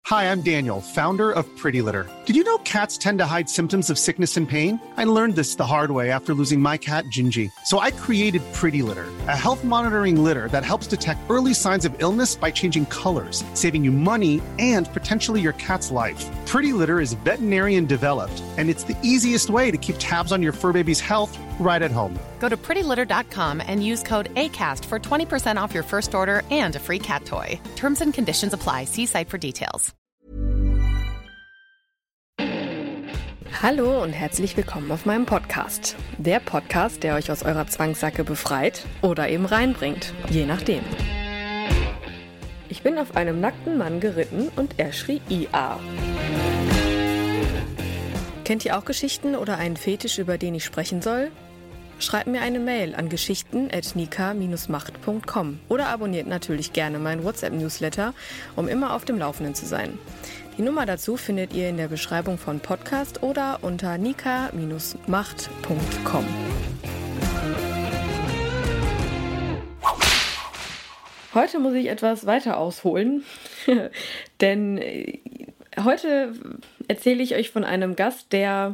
Hi, I'm Daniel, founder of Pretty Litter. Did you know cats tend to hide symptoms of sickness and pain? I learned this the hard way after losing my cat, Gingy. So I created Pretty Litter, a health monitoring litter that helps detect early signs of illness by changing colors, saving you money and potentially your cat's life. Pretty Litter is veterinarian developed, and it's the easiest way to keep tabs on your fur baby's health right at home. Go to prettylitter.com and use code ACAST for 20% off your first order and a free cat toy. Terms and conditions apply. See site for details. Hallo und herzlich willkommen auf meinem Podcast. Der Podcast, der euch aus eurer Zwangssacke befreit oder eben reinbringt, je nachdem. Ich bin auf einem nackten Mann geritten und er schrie IA. Kennt ihr auch Geschichten oder einen Fetisch, über den ich sprechen soll? Schreibt mir eine Mail an geschichten@nika-macht.com oder abonniert natürlich gerne meinen WhatsApp-Newsletter, um immer auf dem Laufenden zu sein. Die Nummer dazu findet ihr in der Beschreibung von Podcast oder unter nika-macht.com. Heute muss ich etwas weiter ausholen, denn heute erzähle ich euch von einem Gast, der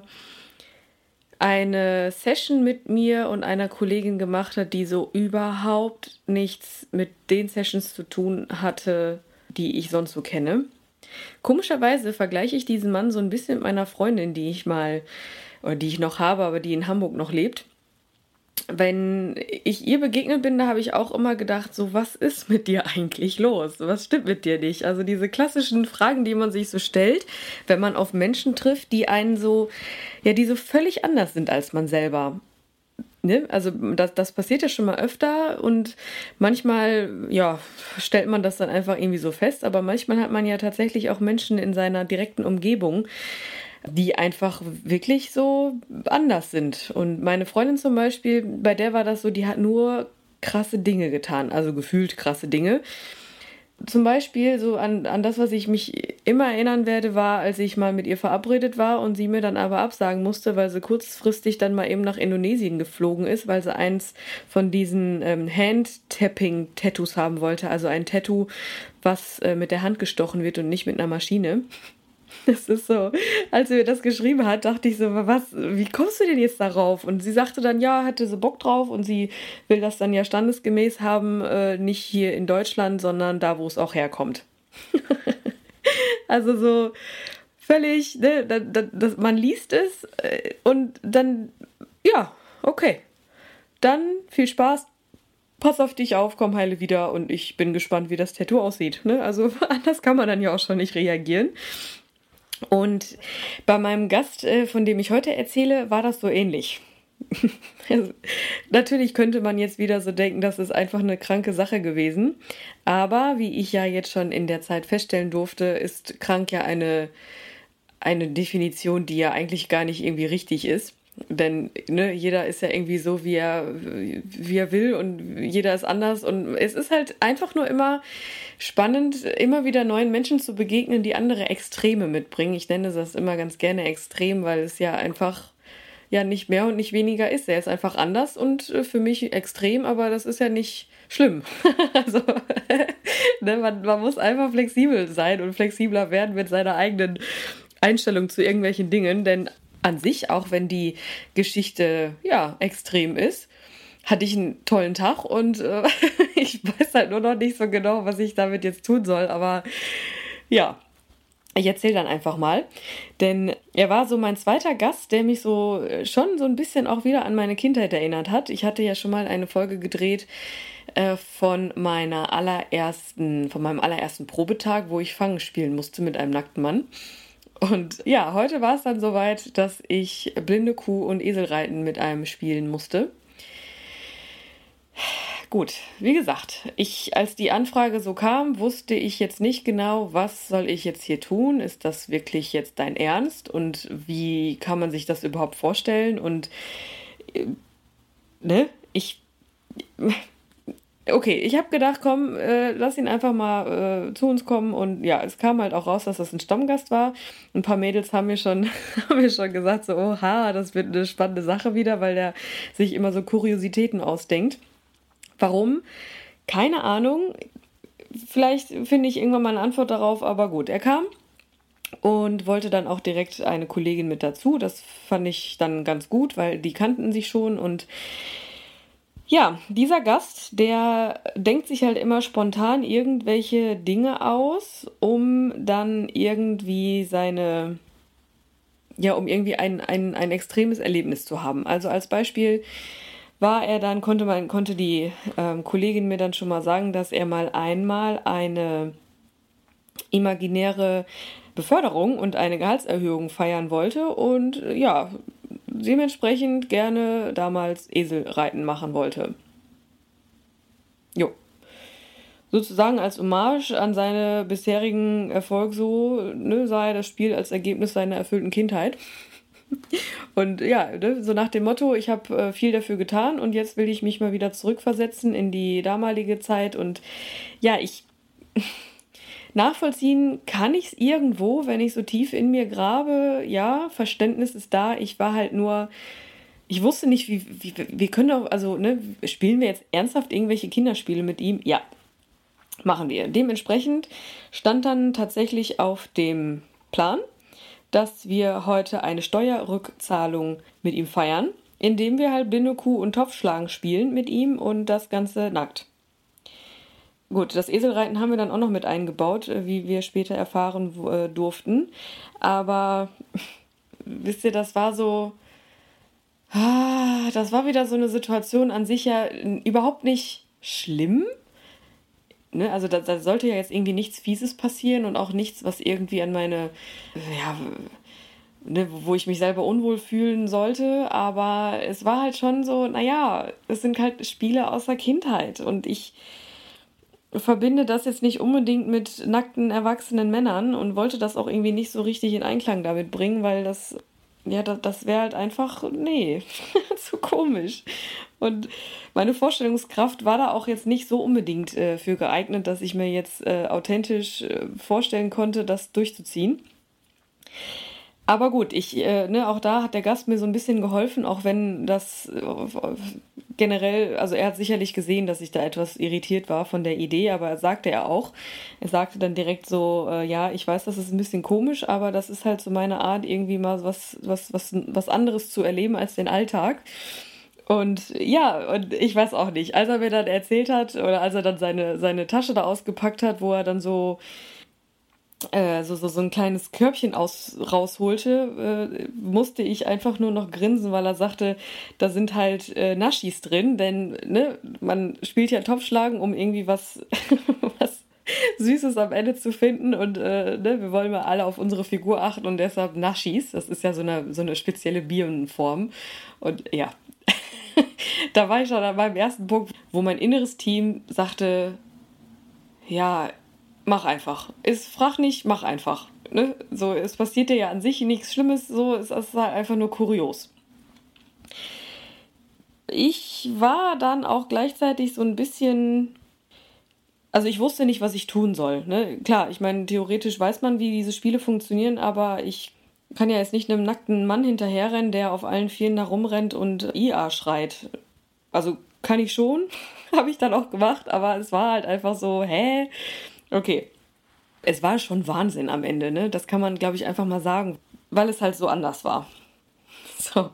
eine Session mit mir und einer Kollegin gemacht hat, die so überhaupt nichts mit den Sessions zu tun hatte, die ich sonst so kenne. Komischerweise vergleiche ich diesen Mann so ein bisschen mit meiner Freundin, die ich noch habe, aber die in Hamburg noch lebt. Wenn ich ihr begegnet bin, da habe ich auch immer gedacht, so, was ist mit dir eigentlich los? Was stimmt mit dir nicht? Also diese klassischen Fragen, die man sich so stellt, wenn man auf Menschen trifft, die einen so, ja, die so völlig anders sind als man selber. Ne? Also das passiert ja schon mal öfter und manchmal, ja, stellt man das dann einfach irgendwie so fest, aber manchmal hat man ja tatsächlich auch Menschen in seiner direkten Umgebung, die einfach wirklich so anders sind. Und meine Freundin zum Beispiel, bei der war das so, die hat nur krasse Dinge getan, also gefühlt krasse Dinge. Zum Beispiel so an das, was ich mich immer erinnern werde, war, als ich mal mit ihr verabredet war und sie mir dann aber absagen musste, weil sie kurzfristig dann mal eben nach Indonesien geflogen ist, weil sie eins von diesen Hand-Tapping-Tattoos haben wollte, also ein Tattoo, was mit der Hand gestochen wird und nicht mit einer Maschine. Das ist so, als sie mir das geschrieben hat, dachte ich so, wie kommst du denn jetzt darauf? Und sie sagte dann, ja, hatte sie Bock drauf und sie will das dann ja standesgemäß haben, nicht hier in Deutschland, sondern da, wo es auch herkommt. Also so völlig, ne, man liest es und dann, ja, okay, dann viel Spaß. Pass auf dich auf, komm heile wieder und ich bin gespannt, wie das Tattoo aussieht. Ne? Also anders kann man dann ja auch schon nicht reagieren. Und bei meinem Gast, von dem ich heute erzähle, war das so ähnlich. Also, natürlich könnte man jetzt wieder so denken, das ist einfach eine kranke Sache gewesen. Aber wie ich ja jetzt schon in der Zeit feststellen durfte, ist krank ja eine Definition, die ja eigentlich gar nicht irgendwie richtig ist. Denn ne, jeder ist ja irgendwie so, wie er will und jeder ist anders. Und es ist halt einfach nur immer spannend, immer wieder neuen Menschen zu begegnen, die andere Extreme mitbringen. Ich nenne das immer ganz gerne extrem, weil es ja einfach ja nicht mehr und nicht weniger ist. Er ist einfach anders und für mich extrem, aber das ist ja nicht schlimm. Also ne, man muss einfach flexibel sein und flexibler werden mit seiner eigenen Einstellung zu irgendwelchen Dingen, denn an sich, auch wenn die Geschichte ja extrem ist, hatte ich einen tollen Tag und ich weiß halt nur noch nicht so genau, was ich damit jetzt tun soll, aber ja, ich erzähle dann einfach mal, denn er war so mein zweiter Gast, der mich so schon so ein bisschen auch wieder an meine Kindheit erinnert hat. Ich hatte ja schon mal eine Folge gedreht von meinem allerersten Probetag, wo ich Fangen spielen musste mit einem nackten Mann. Und ja, heute war es dann soweit, dass ich blinde Kuh und Eselreiten mit einem spielen musste. Gut, wie gesagt, als die Anfrage so kam, wusste ich jetzt nicht genau, was soll ich jetzt hier tun? Ist das wirklich jetzt dein Ernst? Und wie kann man sich das überhaupt vorstellen? Und Okay, ich habe gedacht, komm, lass ihn einfach mal zu uns kommen. Und ja, es kam halt auch raus, dass das ein Stammgast war. Ein paar Mädels haben mir schon gesagt, so, oha, das wird eine spannende Sache wieder, weil der sich immer so Kuriositäten ausdenkt. Warum? Keine Ahnung. Vielleicht finde ich irgendwann mal eine Antwort darauf, aber gut, er kam und wollte dann auch direkt eine Kollegin mit dazu. Das fand ich dann ganz gut, weil die kannten sich schon. Und ja, dieser Gast, der denkt sich halt immer spontan irgendwelche Dinge aus, um dann irgendwie um irgendwie ein extremes Erlebnis zu haben. Also als Beispiel konnte die Kollegin mir dann schon mal sagen, dass er mal einmal eine imaginäre Beförderung und eine Gehaltserhöhung feiern wollte und ja, dementsprechend gerne damals Eselreiten machen wollte. Jo. Sozusagen als Hommage an seinen bisherigen Erfolg sah er das Spiel als Ergebnis seiner erfüllten Kindheit. Und ja, so nach dem Motto, ich habe viel dafür getan und jetzt will ich mich mal wieder zurückversetzen in die damalige Zeit. Und ja, nachvollziehen kann ich es irgendwo, wenn ich so tief in mir grabe. Ja, Verständnis ist da. Ich wusste nicht, wir können doch, spielen wir jetzt ernsthaft irgendwelche Kinderspiele mit ihm? Ja, machen wir. Dementsprechend stand dann tatsächlich auf dem Plan, dass wir heute eine Steuerrückzahlung mit ihm feiern, indem wir halt blinde Kuh und Topfschlagen spielen mit ihm und das Ganze nackt. Gut, das Eselreiten haben wir dann auch noch mit eingebaut, wie wir später erfahren durften. Aber wisst ihr, das war wieder so eine Situation an sich ja überhaupt nicht schlimm. Ne? Also da sollte ja jetzt irgendwie nichts Fieses passieren und auch nichts, was irgendwie an wo ich mich selber unwohl fühlen sollte. Aber es war halt schon so, es sind halt Spiele aus der Kindheit und ich verbinde das jetzt nicht unbedingt mit nackten, erwachsenen Männern und wollte das auch irgendwie nicht so richtig in Einklang damit bringen, weil das wäre halt einfach, zu komisch. Und meine Vorstellungskraft war da auch jetzt nicht so unbedingt für geeignet, dass ich mir jetzt authentisch vorstellen konnte, das durchzuziehen. Aber gut, auch da hat der Gast mir so ein bisschen geholfen, auch wenn das generell, also er hat sicherlich gesehen, dass ich da etwas irritiert war von der Idee, aber er sagte dann direkt so, ich weiß, das ist ein bisschen komisch, aber das ist halt so meine Art, irgendwie mal was anderes zu erleben als den Alltag. Und ja, und ich weiß auch nicht, als er mir dann erzählt hat, oder als er dann seine Tasche da ausgepackt hat, wo er dann so ein kleines Körbchen rausholte, musste ich einfach nur noch grinsen, weil er sagte, da sind halt Naschis drin, denn man spielt ja Topfschlagen, um irgendwie was Süßes am Ende zu finden und wir wollen mal alle auf unsere Figur achten und deshalb Naschis, das ist ja so eine spezielle Birnenform und ja, da war ich schon an meinem ersten Punkt, wo mein inneres Team sagte, ja, mach einfach. Frag nicht, mach einfach. Ne? So, es passiert dir ja an sich nichts Schlimmes, so, es ist halt einfach nur kurios. Ich war dann auch gleichzeitig so ein bisschen, also ich wusste nicht, was ich tun soll. Ne? Klar, ich meine, theoretisch weiß man, wie diese Spiele funktionieren, aber ich kann ja jetzt nicht einem nackten Mann hinterherrennen, der auf allen Vieren da rumrennt und IA schreit. Also kann ich schon, habe ich dann auch gemacht, aber es war halt einfach so, okay, es war schon Wahnsinn am Ende, ne? Das kann man, glaube ich, einfach mal sagen, weil es halt so anders war. So.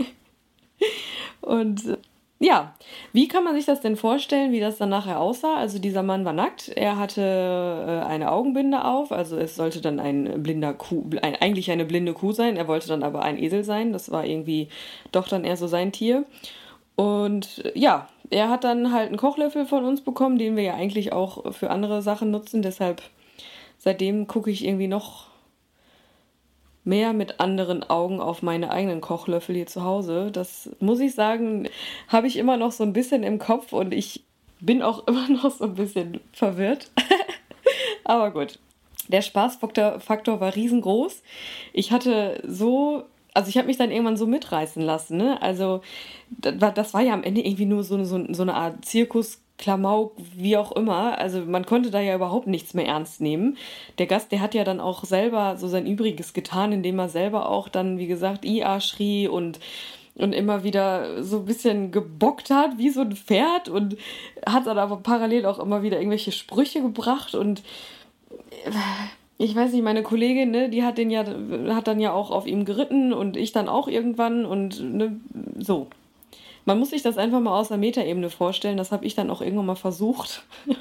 Und ja, wie kann man sich das denn vorstellen, wie das dann nachher aussah? Also dieser Mann war nackt, er hatte eine Augenbinde auf, also es sollte dann eigentlich eine blinde Kuh sein, er wollte dann aber ein Esel sein, das war irgendwie doch dann eher so sein Tier. Und ja, er hat dann halt einen Kochlöffel von uns bekommen, den wir ja eigentlich auch für andere Sachen nutzen. Deshalb, seitdem gucke ich irgendwie noch mehr mit anderen Augen auf meine eigenen Kochlöffel hier zu Hause. Das muss ich sagen, habe ich immer noch so ein bisschen im Kopf und ich bin auch immer noch so ein bisschen verwirrt. Aber gut, der Spaßfaktor war riesengroß. Ich habe mich dann irgendwann so mitreißen lassen, ne? Also das war ja am Ende irgendwie nur so eine Art Zirkus, Klamauk, wie auch immer. Also man konnte da ja überhaupt nichts mehr ernst nehmen. Der Gast, der hat ja dann auch selber so sein Übriges getan, indem er selber auch dann, wie gesagt, IA schrie und immer wieder so ein bisschen gebockt hat, wie so ein Pferd und hat dann aber parallel auch immer wieder irgendwelche Sprüche gebracht und ich weiß nicht, meine Kollegin, ne, die hat dann ja auch auf ihm geritten und ich dann auch irgendwann und ne, so. Man muss sich das einfach mal aus der Metaebene vorstellen, das habe ich dann auch irgendwann mal versucht.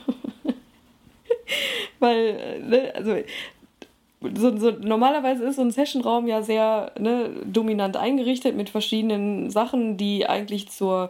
Weil, ne, also so normalerweise ist so ein Sessionraum ja sehr dominant eingerichtet mit verschiedenen Sachen, die eigentlich zur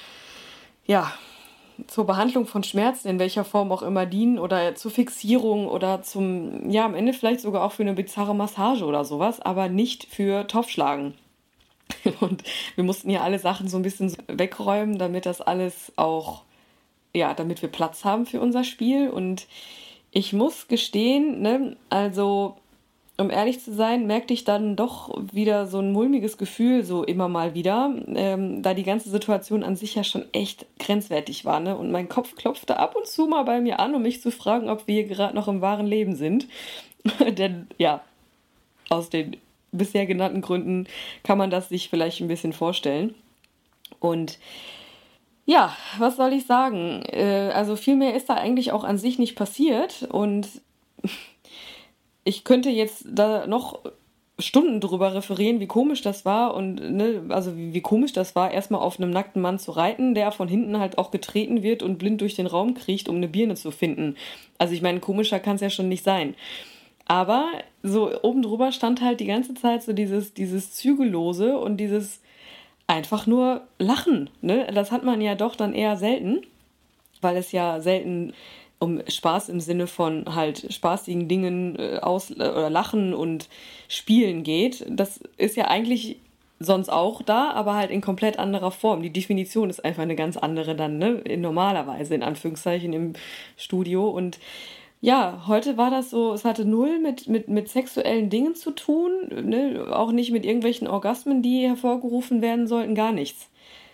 Behandlung von Schmerzen in welcher Form auch immer dienen oder zur Fixierung oder am Ende vielleicht sogar auch für eine bizarre Massage oder sowas, aber nicht für Topfschlagen. Und wir mussten ja alle Sachen so ein bisschen wegräumen, damit das alles auch, damit wir Platz haben für unser Spiel. Und ich muss gestehen, ne, also um ehrlich zu sein, merkte ich dann doch wieder so ein mulmiges Gefühl, so immer mal wieder, da die ganze Situation an sich ja schon echt grenzwertig war, ne? Und mein Kopf klopfte ab und zu mal bei mir an, um mich zu fragen, ob wir gerade noch im wahren Leben sind. Denn aus den bisher genannten Gründen kann man das sich vielleicht ein bisschen vorstellen. Und ja, was soll ich sagen? Also viel mehr ist da eigentlich auch an sich nicht passiert und ich könnte jetzt da noch Stunden drüber referieren, wie komisch das war und wie komisch das war, erstmal auf einem nackten Mann zu reiten, der von hinten halt auch getreten wird und blind durch den Raum kriecht, um eine Birne zu finden. Also ich meine, komischer kann es ja schon nicht sein. Aber so oben drüber stand halt die ganze Zeit so dieses Zügellose und dieses einfach nur Lachen. Ne? Das hat man ja doch dann eher selten, weil es ja selten um Spaß im Sinne von halt spaßigen Dingen oder Lachen und Spielen geht. Das ist ja eigentlich sonst auch da, aber halt in komplett anderer Form. Die Definition ist einfach eine ganz andere dann, ne? Normalerweise, in Anführungszeichen, im Studio. Und ja, heute war das so, es hatte null mit sexuellen Dingen zu tun, ne? Auch nicht mit irgendwelchen Orgasmen, die hervorgerufen werden sollten, gar nichts.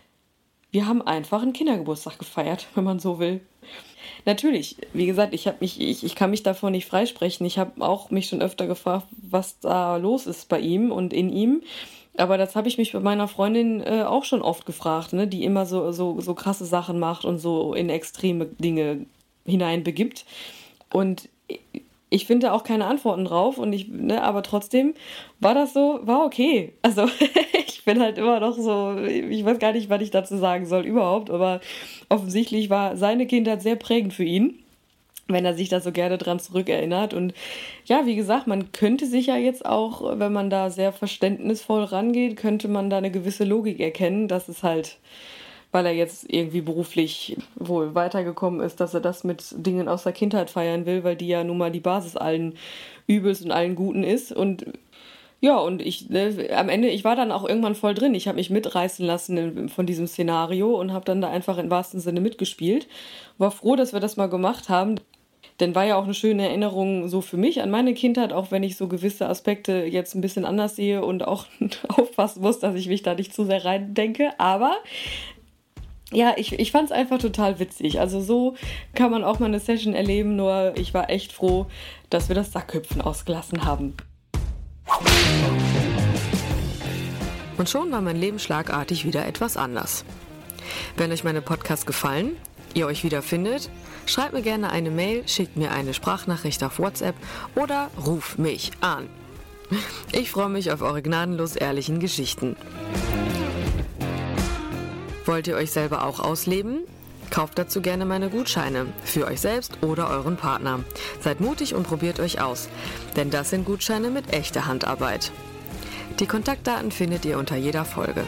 Wir haben einfach einen Kindergeburtstag gefeiert, wenn man so will. Natürlich, wie gesagt, ich kann mich davon nicht freisprechen. Ich habe auch mich schon öfter gefragt, was da los ist bei ihm und in ihm. Aber das habe ich mich bei meiner Freundin auch schon oft gefragt, ne? Die immer so krasse Sachen macht und so in extreme Dinge hineinbegibt. Und ich finde auch keine Antworten drauf. Aber trotzdem war das so, war okay. Also ich bin halt immer noch so, ich weiß gar nicht, was ich dazu sagen soll überhaupt. Aber offensichtlich war seine Kindheit sehr prägend für ihn, wenn er sich da so gerne dran zurückerinnert. Und ja, wie gesagt, man könnte sich ja jetzt auch, wenn man da sehr verständnisvoll rangeht, könnte man da eine gewisse Logik erkennen, dass es halt, weil er jetzt irgendwie beruflich wohl weitergekommen ist, dass er das mit Dingen aus der Kindheit feiern will, weil die ja nun mal die Basis allen Übels und allen Guten ist. Und ja, und am Ende, ich war dann auch irgendwann voll drin. Ich habe mich mitreißen lassen von diesem Szenario und habe dann da einfach im wahrsten Sinne mitgespielt. War froh, dass wir das mal gemacht haben. Denn war ja auch eine schöne Erinnerung so für mich an meine Kindheit, auch wenn ich so gewisse Aspekte jetzt ein bisschen anders sehe und auch aufpassen muss, dass ich mich da nicht zu sehr reindenke. Aber ja, ich fand es einfach total witzig. Also so kann man auch mal eine Session erleben, nur ich war echt froh, dass wir das Sackhüpfen ausgelassen haben. Und schon war mein Leben schlagartig wieder etwas anders. Wenn euch meine Podcasts gefallen, ihr euch wiederfindet, schreibt mir gerne eine Mail, schickt mir eine Sprachnachricht auf WhatsApp oder ruft mich an. Ich freue mich auf eure gnadenlos ehrlichen Geschichten. Wollt ihr euch selber auch ausleben? Kauft dazu gerne meine Gutscheine für euch selbst oder euren Partner. Seid mutig und probiert euch aus, denn das sind Gutscheine mit echter Handarbeit. Die Kontaktdaten findet ihr unter jeder Folge.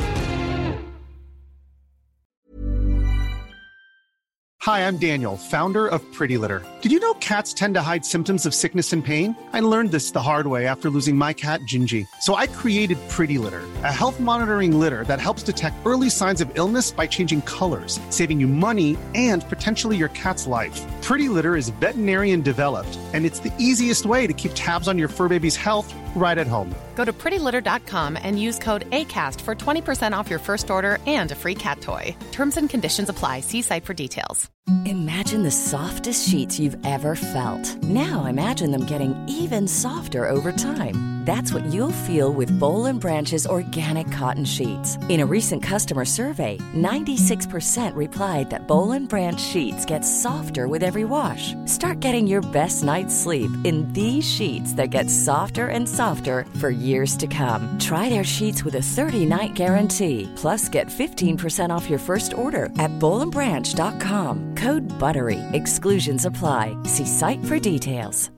Hi, I'm Daniel, founder of Pretty Litter. Did you know cats tend to hide symptoms of sickness and pain? I learned this the hard way after losing my cat, Gingy. So I created Pretty Litter, a health monitoring litter that helps detect early signs of illness by changing colors, saving you money and potentially your cat's life. Pretty Litter is veterinarian developed, and it's the easiest way to keep tabs on your fur baby's health right at home. Go to prettylitter.com and use code ACAST for 20% off your first order and a free cat toy. Terms and conditions apply. See site for details. Imagine the softest sheets you've ever felt. Now imagine them getting even softer over time. That's what you'll feel with Boll & Branch's organic cotton sheets. In a recent customer survey, 96% replied that Boll & Branch sheets get softer with every wash. Start getting your best night's sleep in these sheets that get softer and softer for years to come. Try their sheets with a 30-night guarantee. Plus, get 15% off your first order at bollandbranch.com. Code BUTTERY. Exclusions apply. See site for details.